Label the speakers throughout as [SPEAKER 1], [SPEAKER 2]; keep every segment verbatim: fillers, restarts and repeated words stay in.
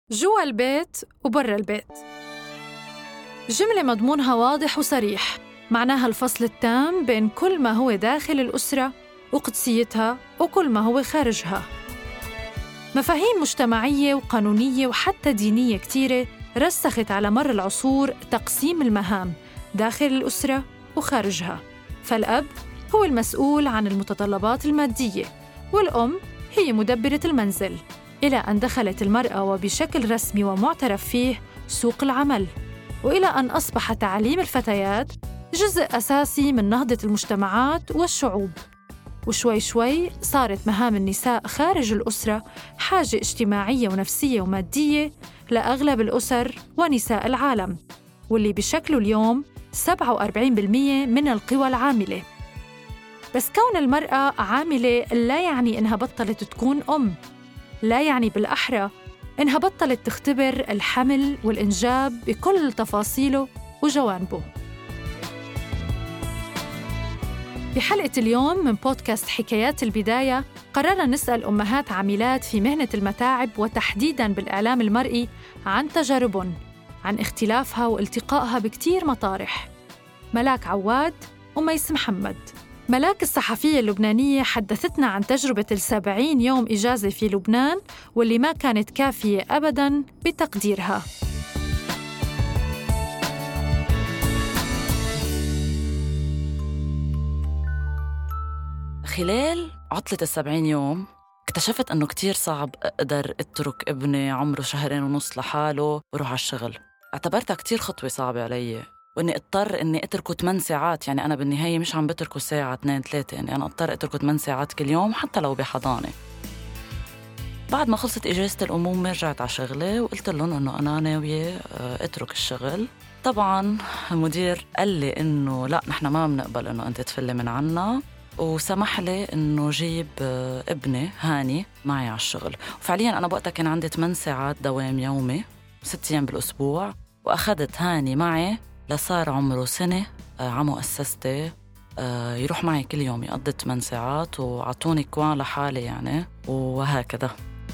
[SPEAKER 1] جوا البيت وبرا البيت. جملة مضمونها واضح وصريح، معناها الفصل التام بين كل ما هو داخل الأسرة وقدسيتها وكل ما هو خارجها. مفاهيم مجتمعية وقانونية وحتى دينية كتيرة رسخت على مر العصور تقسيم المهام داخل الأسرة وخارجها. فالأب هو المسؤول عن المتطلبات المادية، والأم هي مدبرة المنزل، إلى أن دخلت المرأة وبشكل رسمي ومعترف فيه سوق العمل، وإلى أن أصبح تعليم الفتيات جزء أساسي من نهضة المجتمعات والشعوب. وشوي شوي صارت مهام النساء خارج الأسرة حاجة اجتماعية ونفسية ومادية لأغلب الأسر ونساء العالم، واللي بشكله اليوم سبعة وأربعين بالمية من القوى العاملة. بس كون المرأة عاملة لا يعني إنها بطلت تكون أم، لا يعني بالأحرى إنها بطلت تختبر الحمل والإنجاب بكل تفاصيله وجوانبه. بحلقة اليوم من بودكاست حكايات البداية قررنا نسأل أمهات عاملات في مهنة المتاعب وتحديداً بالإعلام المرئي عن تجاربهم، عن اختلافها والتقائها بكتير مطارح. ملاك عواد وميس محمد. ملاك الصحفية اللبنانية حدثتنا عن تجربة السبعين يوم إجازة في لبنان واللي ما كانت كافية أبداً بتقديرها.
[SPEAKER 2] خلال عطلة السبعين يوم اكتشفت أنه كتير صعب أقدر أترك ابني عمره شهرين ونص لحاله وروح على الشغل. اعتبرتها كتير خطوة صعبة علي، وإني اضطر إني أتركه ثمان ساعات. يعني أنا بالنهاية مش عم بتركه ساعة اثنين ثلاثة، يعني أنا اضطر أتركه ثمان ساعات كل يوم حتى لو بحضانة. بعد ما خلصت إجازة الأمومة رجعت على شغلي وقلت لهم إنه أنا ناوية أترك الشغل. طبعاً المدير قال لي إنه لا، نحن ما بنقبل إنه أنت تفلي من عنا، وسمح لي إنه جيب ابني هاني معي على الشغل. وفعلياً أنا بوقتها كان عندي ثمان ساعات دوام يومي ست أيام بالأسبوع، وأخذت هاني معي لصار عمره سنة على مؤسستي يروح معي كل يوم يقضي ثمان ساعات، وعطوني كوان لحالي يعني، وهكذا.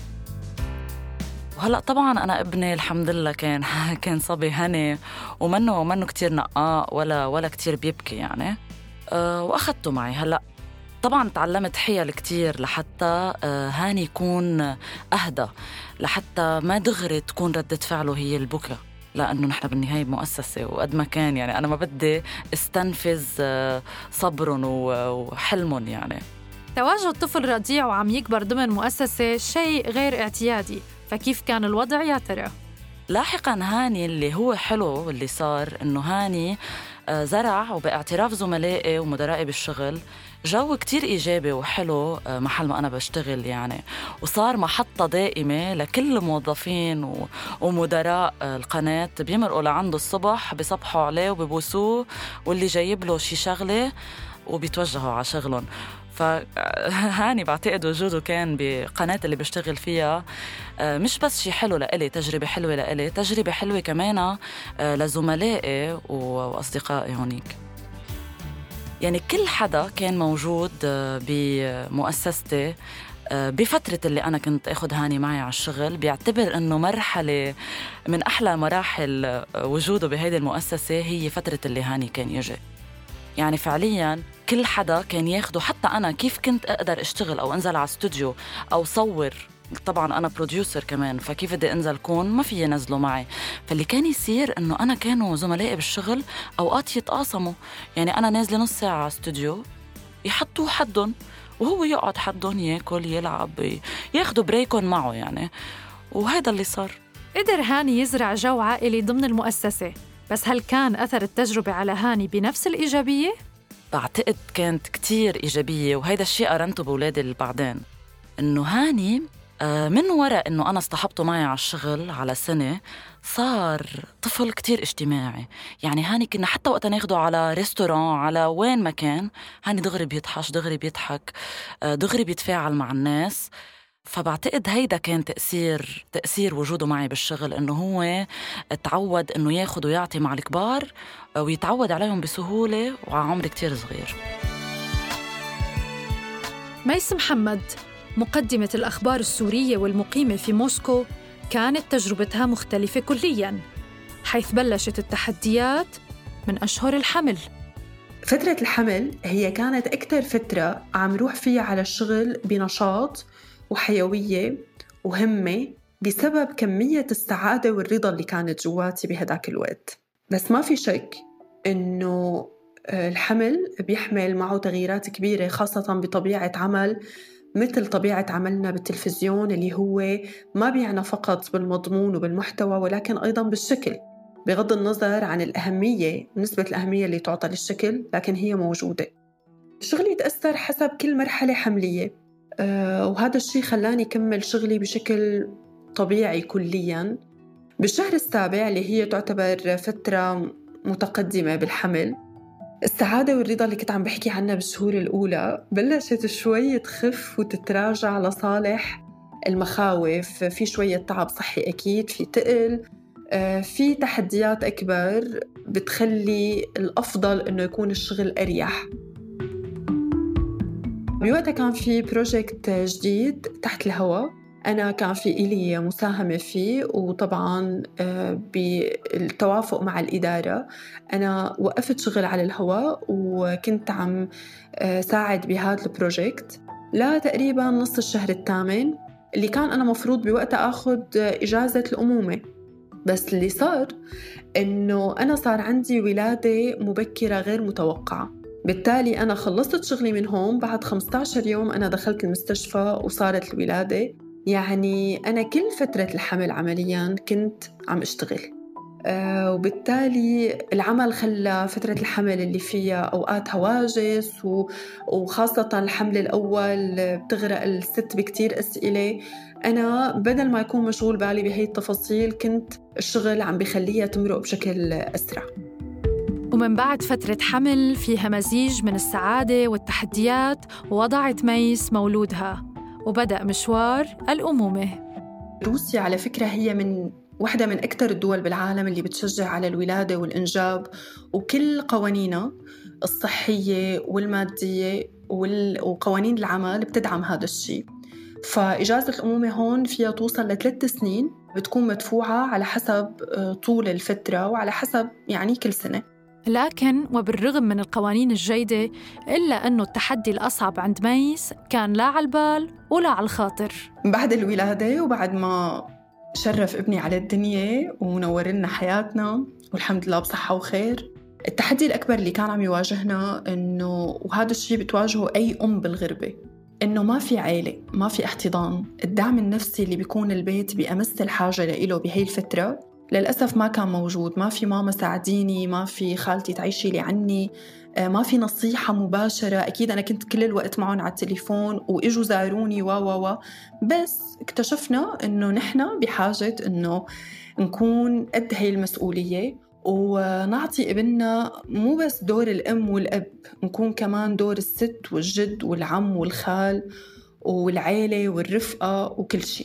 [SPEAKER 2] وهلأ طبعاً أنا ابني الحمد لله كان كان صبي هني، ومنه منه كتير نقاء ولا ولا كتير بيبكي يعني. أه وأخذته معي. هلأ طبعاً تعلمت حيل كتير لحتى هاني يكون أهدى، لحتى ما دغري تكون ردة فعله هي البكاء، لأنه نحن بالنهاية بمؤسسة، وقد ما كان يعني أنا ما بدي استنفذ صبرهم وحلمهم. يعني
[SPEAKER 1] تواجد طفل رضيع وعم يكبر ضمن مؤسسة شيء غير اعتيادي، فكيف كان الوضع يا ترى؟
[SPEAKER 2] لاحقاً هاني اللي هو حلو اللي صار إنه هاني زرع، وباعتراف زملائي ومدرائي بالشغل، جو كتير إيجابي وحلو محل ما أنا بشتغل يعني. وصار محطة دائمة لكل الموظفين ومدراء القناة، بيمرقوا لعنده الصبح بيصبحوا عليه وبيبوسوه، واللي جايب له شي شغلة وبيتوجهوا على شغلهم. فهاني بعتقد وجوده كان بقناة اللي بشتغل فيها مش بس شي حلو لإلي، تجربة حلوة لإلي، تجربة حلوة كمان لزملائي وأصدقائي هونيك. يعني كل حدا كان موجود بمؤسستي بفترة اللي أنا كنت أخذ هاني معي على الشغل، بيعتبر أنه مرحلة من أحلى مراحل وجوده بهذه المؤسسة هي فترة اللي هاني كان يجي. يعني فعلياً كل حدا كان ياخده، حتى أنا كيف كنت أقدر أشتغل أو أنزل على استوديو أو صور. طبعاً أنا بروديوسر كمان، فكيف بدي أنزل كون ما في ينزلوا معي. فاللي كان يصير إنه أنا كانوا زملائي بالشغل أوقات يتقاسموا، يعني أنا نازلة نص ساعة على استوديو يحطوه حدهم، وهو يقعد حدهم ياكل يلعب ياخدوا بريكون معه يعني. وهذا اللي صار.
[SPEAKER 1] قدر هاني يزرع جو عائلي ضمن المؤسسة، بس هل كان أثر التجربة على هاني بنفس الإيجابية؟
[SPEAKER 2] بعتقد كانت كتير إيجابية، وهيدا الشيء قرنته بولادي اللي بعدين. إنه هاني من وراء إنه أنا اصطحبته معي على الشغل على سنة، صار طفل كتير اجتماعي. يعني هاني كنا حتى وقت ناخده على ريستوران على وين ما كان، هاني دغري بيضحش دغري بيضحك دغري بيتفاعل مع الناس. فبعتقد هيدا كان تأثير تأثير وجوده معي بالشغل، إنه هو تعود إنه ياخد ويعطي مع الكبار ويتعود عليهم بسهولة وعلى عمر كتير صغير.
[SPEAKER 1] ميس محمد، مقدمة الأخبار السورية والمقيمة في موسكو، كانت تجربتها مختلفة كلياً، حيث بلشت التحديات من أشهر الحمل.
[SPEAKER 3] فترة الحمل هي كانت أكتر فترة عم روح فيها على الشغل بنشاط وحيوية وهمة بسبب كمية السعادة والرضا اللي كانت جواتي بهداك الوقت. بس ما في شك إنه الحمل بيحمل معه تغييرات كبيرة، خاصة بطبيعة عمل مثل طبيعة عملنا بالتلفزيون، اللي هو ما بيعنى فقط بالمضمون وبالمحتوى ولكن أيضاً بالشكل، بغض النظر عن الأهمية، نسبة الأهمية اللي تعطى للشكل، لكن هي موجودة. شغلي تأثر حسب كل مرحلة حملية، أه وهذا الشيء خلاني كمل شغلي بشكل طبيعي كلياً. بالشهر السابع اللي هي تعتبر فترة متقدمة بالحمل، السعادة والرضا اللي كنت عم بحكي عنها بالشهور الأولى بلشت شوي تخف وتتراجع لصالح المخاوف. في شوية تعب صحي أكيد، في تقل، في تحديات أكبر بتخلي الأفضل إنه يكون الشغل أريح. بوقتها كان في بروجكت جديد تحت الهواء، أنا كان في إلي مساهمة فيه، وطبعاً بالتوافق مع الإدارة أنا وقفت شغل على الهواء وكنت عم ساعد بهذا البروجكت لا تقريباً نص الشهر الثامن اللي كان أنا مفروض بوقتها أخذ إجازة الأمومة. بس اللي صار إنه أنا صار عندي ولادة مبكرة غير متوقعة، بالتالي أنا خلصت شغلي من هون، بعد خمسة عشر يوم أنا دخلت المستشفى وصارت الولادة. يعني أنا كل فترة الحمل عملياً كنت عم أشتغل، أه وبالتالي العمل خلى فترة الحمل اللي فيها أوقات هواجس، وخاصة الحمل الأول بتغرق الست بكتير أسئلة. أنا بدل ما يكون مشغول بالي بهي التفاصيل كنت الشغل عم بخليها تمرق بشكل أسرع.
[SPEAKER 1] ومن بعد فترة حمل فيها مزيج من السعادة والتحديات، ووضعت ميس مولودها وبدأ مشوار الأمومة.
[SPEAKER 3] روسيا على فكرة هي من واحدة من أكثر الدول بالعالم اللي بتشجع على الولادة والإنجاب، وكل قوانينها الصحية والمادية وقوانين العمل بتدعم هذا الشيء. فإجازة الأمومة هون فيها توصل لثلاث سنين، بتكون مدفوعة على حسب طول الفترة وعلى حسب يعني كل سنة.
[SPEAKER 1] لكن وبالرغم من القوانين الجيدة، إلا أنه التحدي الأصعب عند ميس كان لا على البال ولا على الخاطر.
[SPEAKER 3] بعد الولادة وبعد ما شرف ابني على الدنيا ونور لنا حياتنا والحمد لله بصحة وخير، التحدي الأكبر اللي كان عم يواجهنا إنه، وهذا الشيء بتواجهه أي أم بالغربة، إنه ما في عائلة، ما في احتضان. الدعم النفسي اللي بيكون البيت بأمس الحاجة لإله بهي الفترة للأسف ما كان موجود. ما في ماما ساعديني، ما في خالتي تعيشي لي عني، ما في نصيحة مباشرة. أكيد أنا كنت كل الوقت معهم على التليفون وإجوا زاروني و و و بس اكتشفنا إنه نحن بحاجة إنه نكون قد هاي المسؤولية ونعطي ابننا مو بس دور الأم والأب، نكون كمان دور الست والجد والعم والخال والعيلة والرفقة وكل شيء.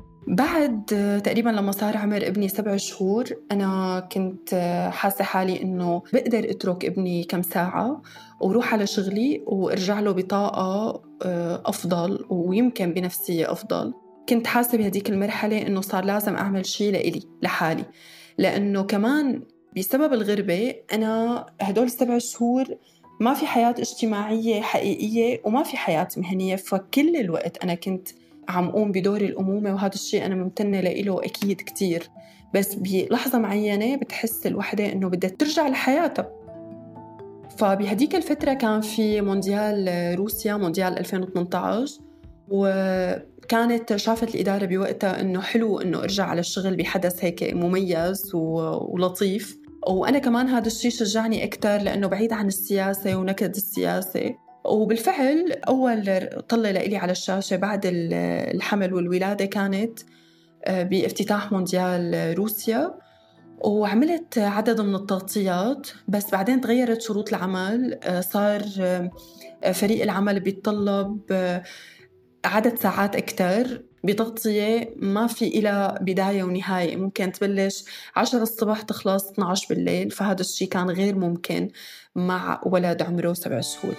[SPEAKER 3] بعد تقريباً لما صار عمر ابني سبع شهور أنا كنت حاسة حالي إنه بقدر أترك ابني كم ساعة وروح على شغلي وارجع له بطاقة أفضل ويمكن بنفسية أفضل. كنت حاسة بهديك المرحلة إنه صار لازم أعمل شيء لإلي لحالي، لأنه كمان بسبب الغربة أنا هدول السبع شهور ما في حياة اجتماعية حقيقية وما في حياة مهنية، فكل الوقت أنا كنت عم قوم بدور الأمومة، وهذا الشيء أنا ممتنة لإله أكيد كتير. بس بلحظة معينة بتحس الوحدة إنه بدها ترجع لحياتها. فبهديك الفترة كان في مونديال روسيا، مونديال ألفين وثمانية عشر، وكانت شافت الإدارة بوقتها إنه حلو إنه أرجع على الشغل بحدث هيك مميز ولطيف. وأنا كمان هذا الشيء شجعني أكتر لأنه بعيد عن السياسة ونكد السياسة. وبالفعل أول طلة لإلي على الشاشة بعد الحمل والولادة كانت بافتتاح مونديال روسيا، وعملت عدد من التغطيات. بس بعدين تغيرت شروط العمل، صار فريق العمل بيتطلب عدد ساعات أكتر بتغطية ما في إلى بداية ونهاية، ممكن تبلش عشرة الصبح تخلص اثنا عشر بالليل، فهذا الشيء كان غير ممكن مع ولد عمره سبع شهور.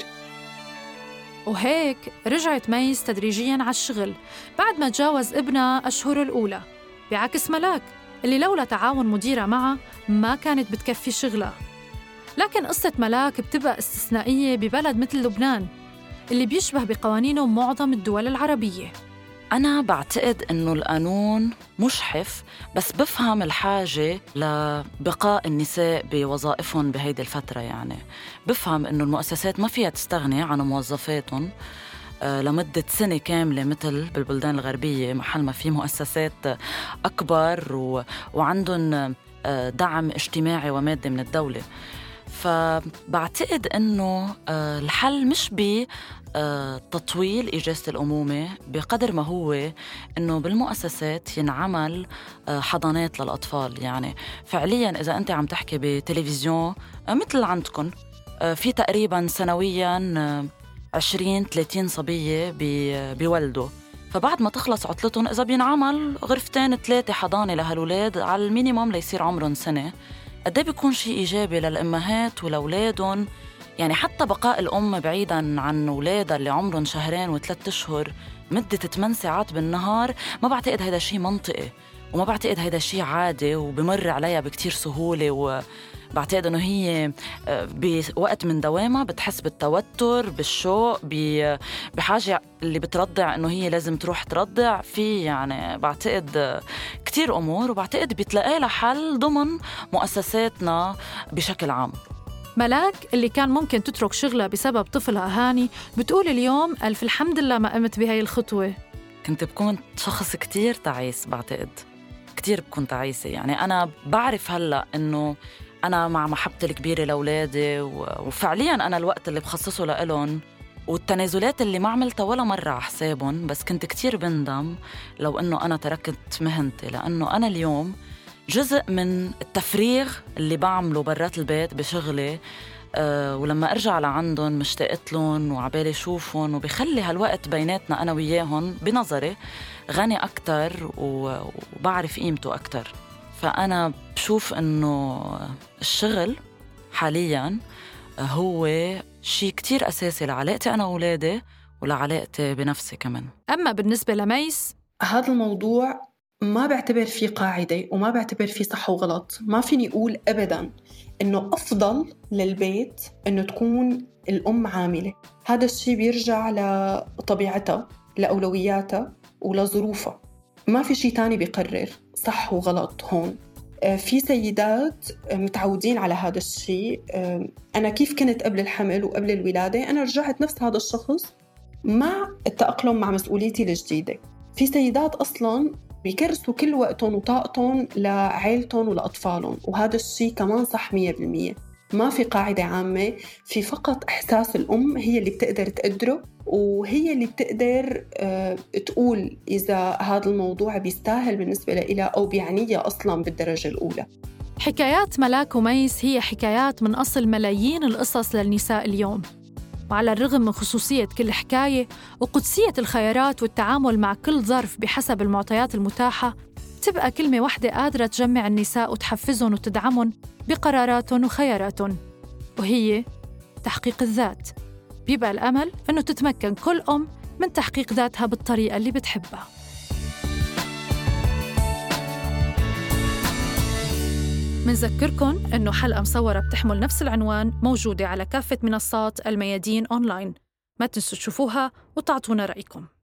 [SPEAKER 1] وهيك رجعت ميس تدريجياً على الشغل بعد ما تجاوز ابنها أشهره الأولى، بعكس ملاك اللي لولا تعاون مديرة معها ما كانت بتكفي شغلها. لكن قصة ملاك بتبقى استثنائية ببلد مثل لبنان اللي بيشبه بقوانينه معظم الدول العربية.
[SPEAKER 2] أنا بعتقد إنه القانون مشحف، بس بفهم الحاجة لبقاء النساء بوظائفهم بهيدي الفترة. يعني بفهم إنه المؤسسات ما فيها تستغني عن موظفاتهم لمدة سنة كاملة مثل بالبلدان الغربية، محل ما في مؤسسات أكبر و... وعندهم دعم اجتماعي ومادي من الدولة. فبعتقد إنه الحل مش بتطويل إجازة الأمومة بقدر ما هو إنه بالمؤسسات ينعمل حضانات للأطفال. يعني فعلياً إذا أنت عم تحكي بتلفزيون مثل عندكم، في تقريباً سنوياً عشرين ثلاثين صبية بيولدوا، فبعد ما تخلص عطلتهم إذا بينعمل غرفتين ثلاثة حضانة لهالولاد على المينيموم ليصير عمرهم سنة، قد ايه بيكون شيء إيجابي للأمهات ولأولادهم. يعني حتى بقاء الأم بعيداً عن أولادها اللي عمرهم شهرين وثلاثة أشهر مدة ثمان ساعات بالنهار، ما بعتقد هيدا شيء منطقي، وما بعتقد هيدا شيء عادي وبمر عليها بكتير سهولة. وبعتقد أنه هي بوقت من دوامها بتحس بالتوتر بالشوق بحاجة اللي بترضع أنه هي لازم تروح ترضع فيه. يعني بعتقد كتير أمور، وبعتقد بتلاقي لها حل ضمن مؤسساتنا بشكل عام.
[SPEAKER 1] ملاك اللي كان ممكن تترك شغلها بسبب طفلها هاني بتقول اليوم ألف الحمد لله ما قمت بهاي الخطوة.
[SPEAKER 2] كنت بكون شخص كتير تعيس، بعتقد كتير بكون تعيسة. يعني أنا بعرف هلأ إنه أنا مع محبتي الكبيرة لأولادي، وفعلياً أنا الوقت اللي بخصصه لإلهم والتنازلات اللي ما عملتها ولا مرة على حسابهم، بس كنت كتير بندم لو إنه أنا تركت مهنتي، لأنه أنا اليوم جزء من التفريغ اللي بعمله برات البيت بشغلي. أه ولما أرجع لعندهم مشتاقت لهم وعبالي شوفهم، وبيخلي هالوقت بيناتنا أنا وياهم بنظري غني أكتر وبعرف قيمته أكتر. فأنا بشوف إنه الشغل حالياً هو شيء كتير أساسي لعلاقتي أنا وولادي ولعلاقتي بنفسي كمان.
[SPEAKER 1] أما بالنسبة لميس،
[SPEAKER 3] هذا الموضوع ما بعتبر فيه قاعدة وما بعتبر فيه صح وغلط. ما فيني أقول أبداً إنه أفضل للبيت إنه تكون الأم عاملة. هذا الشيء بيرجع لطبيعتها، لأولوياتها ولظروفها. ما في شيء تاني بيقرر صح وغلط هون. في سيدات متعودين على هذا الشيء. أنا كيف كنت قبل الحمل وقبل الولادة، أنا رجعت نفس هذا الشخص مع التأقلم مع مسؤوليتي الجديدة. في سيدات أصلاً بيكرسوا كل وقتهم وطاقتهم لعائلتهم ولأطفالهم، وهذا الشيء كمان صح مية بالمية. ما في قاعدة عامة، في فقط إحساس الأم هي اللي بتقدر تقدره، وهي اللي بتقدر أه تقول إذا هذا الموضوع بيستاهل بالنسبة لها أو بيعنيها أصلاً بالدرجة الأولى.
[SPEAKER 1] حكايات ملاك وميس هي حكايات من أصل ملايين القصص للنساء اليوم. وعلى الرغم من خصوصية كل حكاية وقدسية الخيارات والتعامل مع كل ظرف بحسب المعطيات المتاحة، تبقى كلمة واحدة قادرة تجمع النساء وتحفزهم وتدعمهم بقراراتهم وخياراتهم، وهي تحقيق الذات. بيبقى الأمل أنه تتمكن كل أم من تحقيق ذاتها بالطريقة اللي بتحبها. منذكركن أنه حلقة مصورة بتحمل نفس العنوان موجودة على كافة منصات الميادين أونلاين. ما تنسوا تشوفوها وتعطونا رأيكم.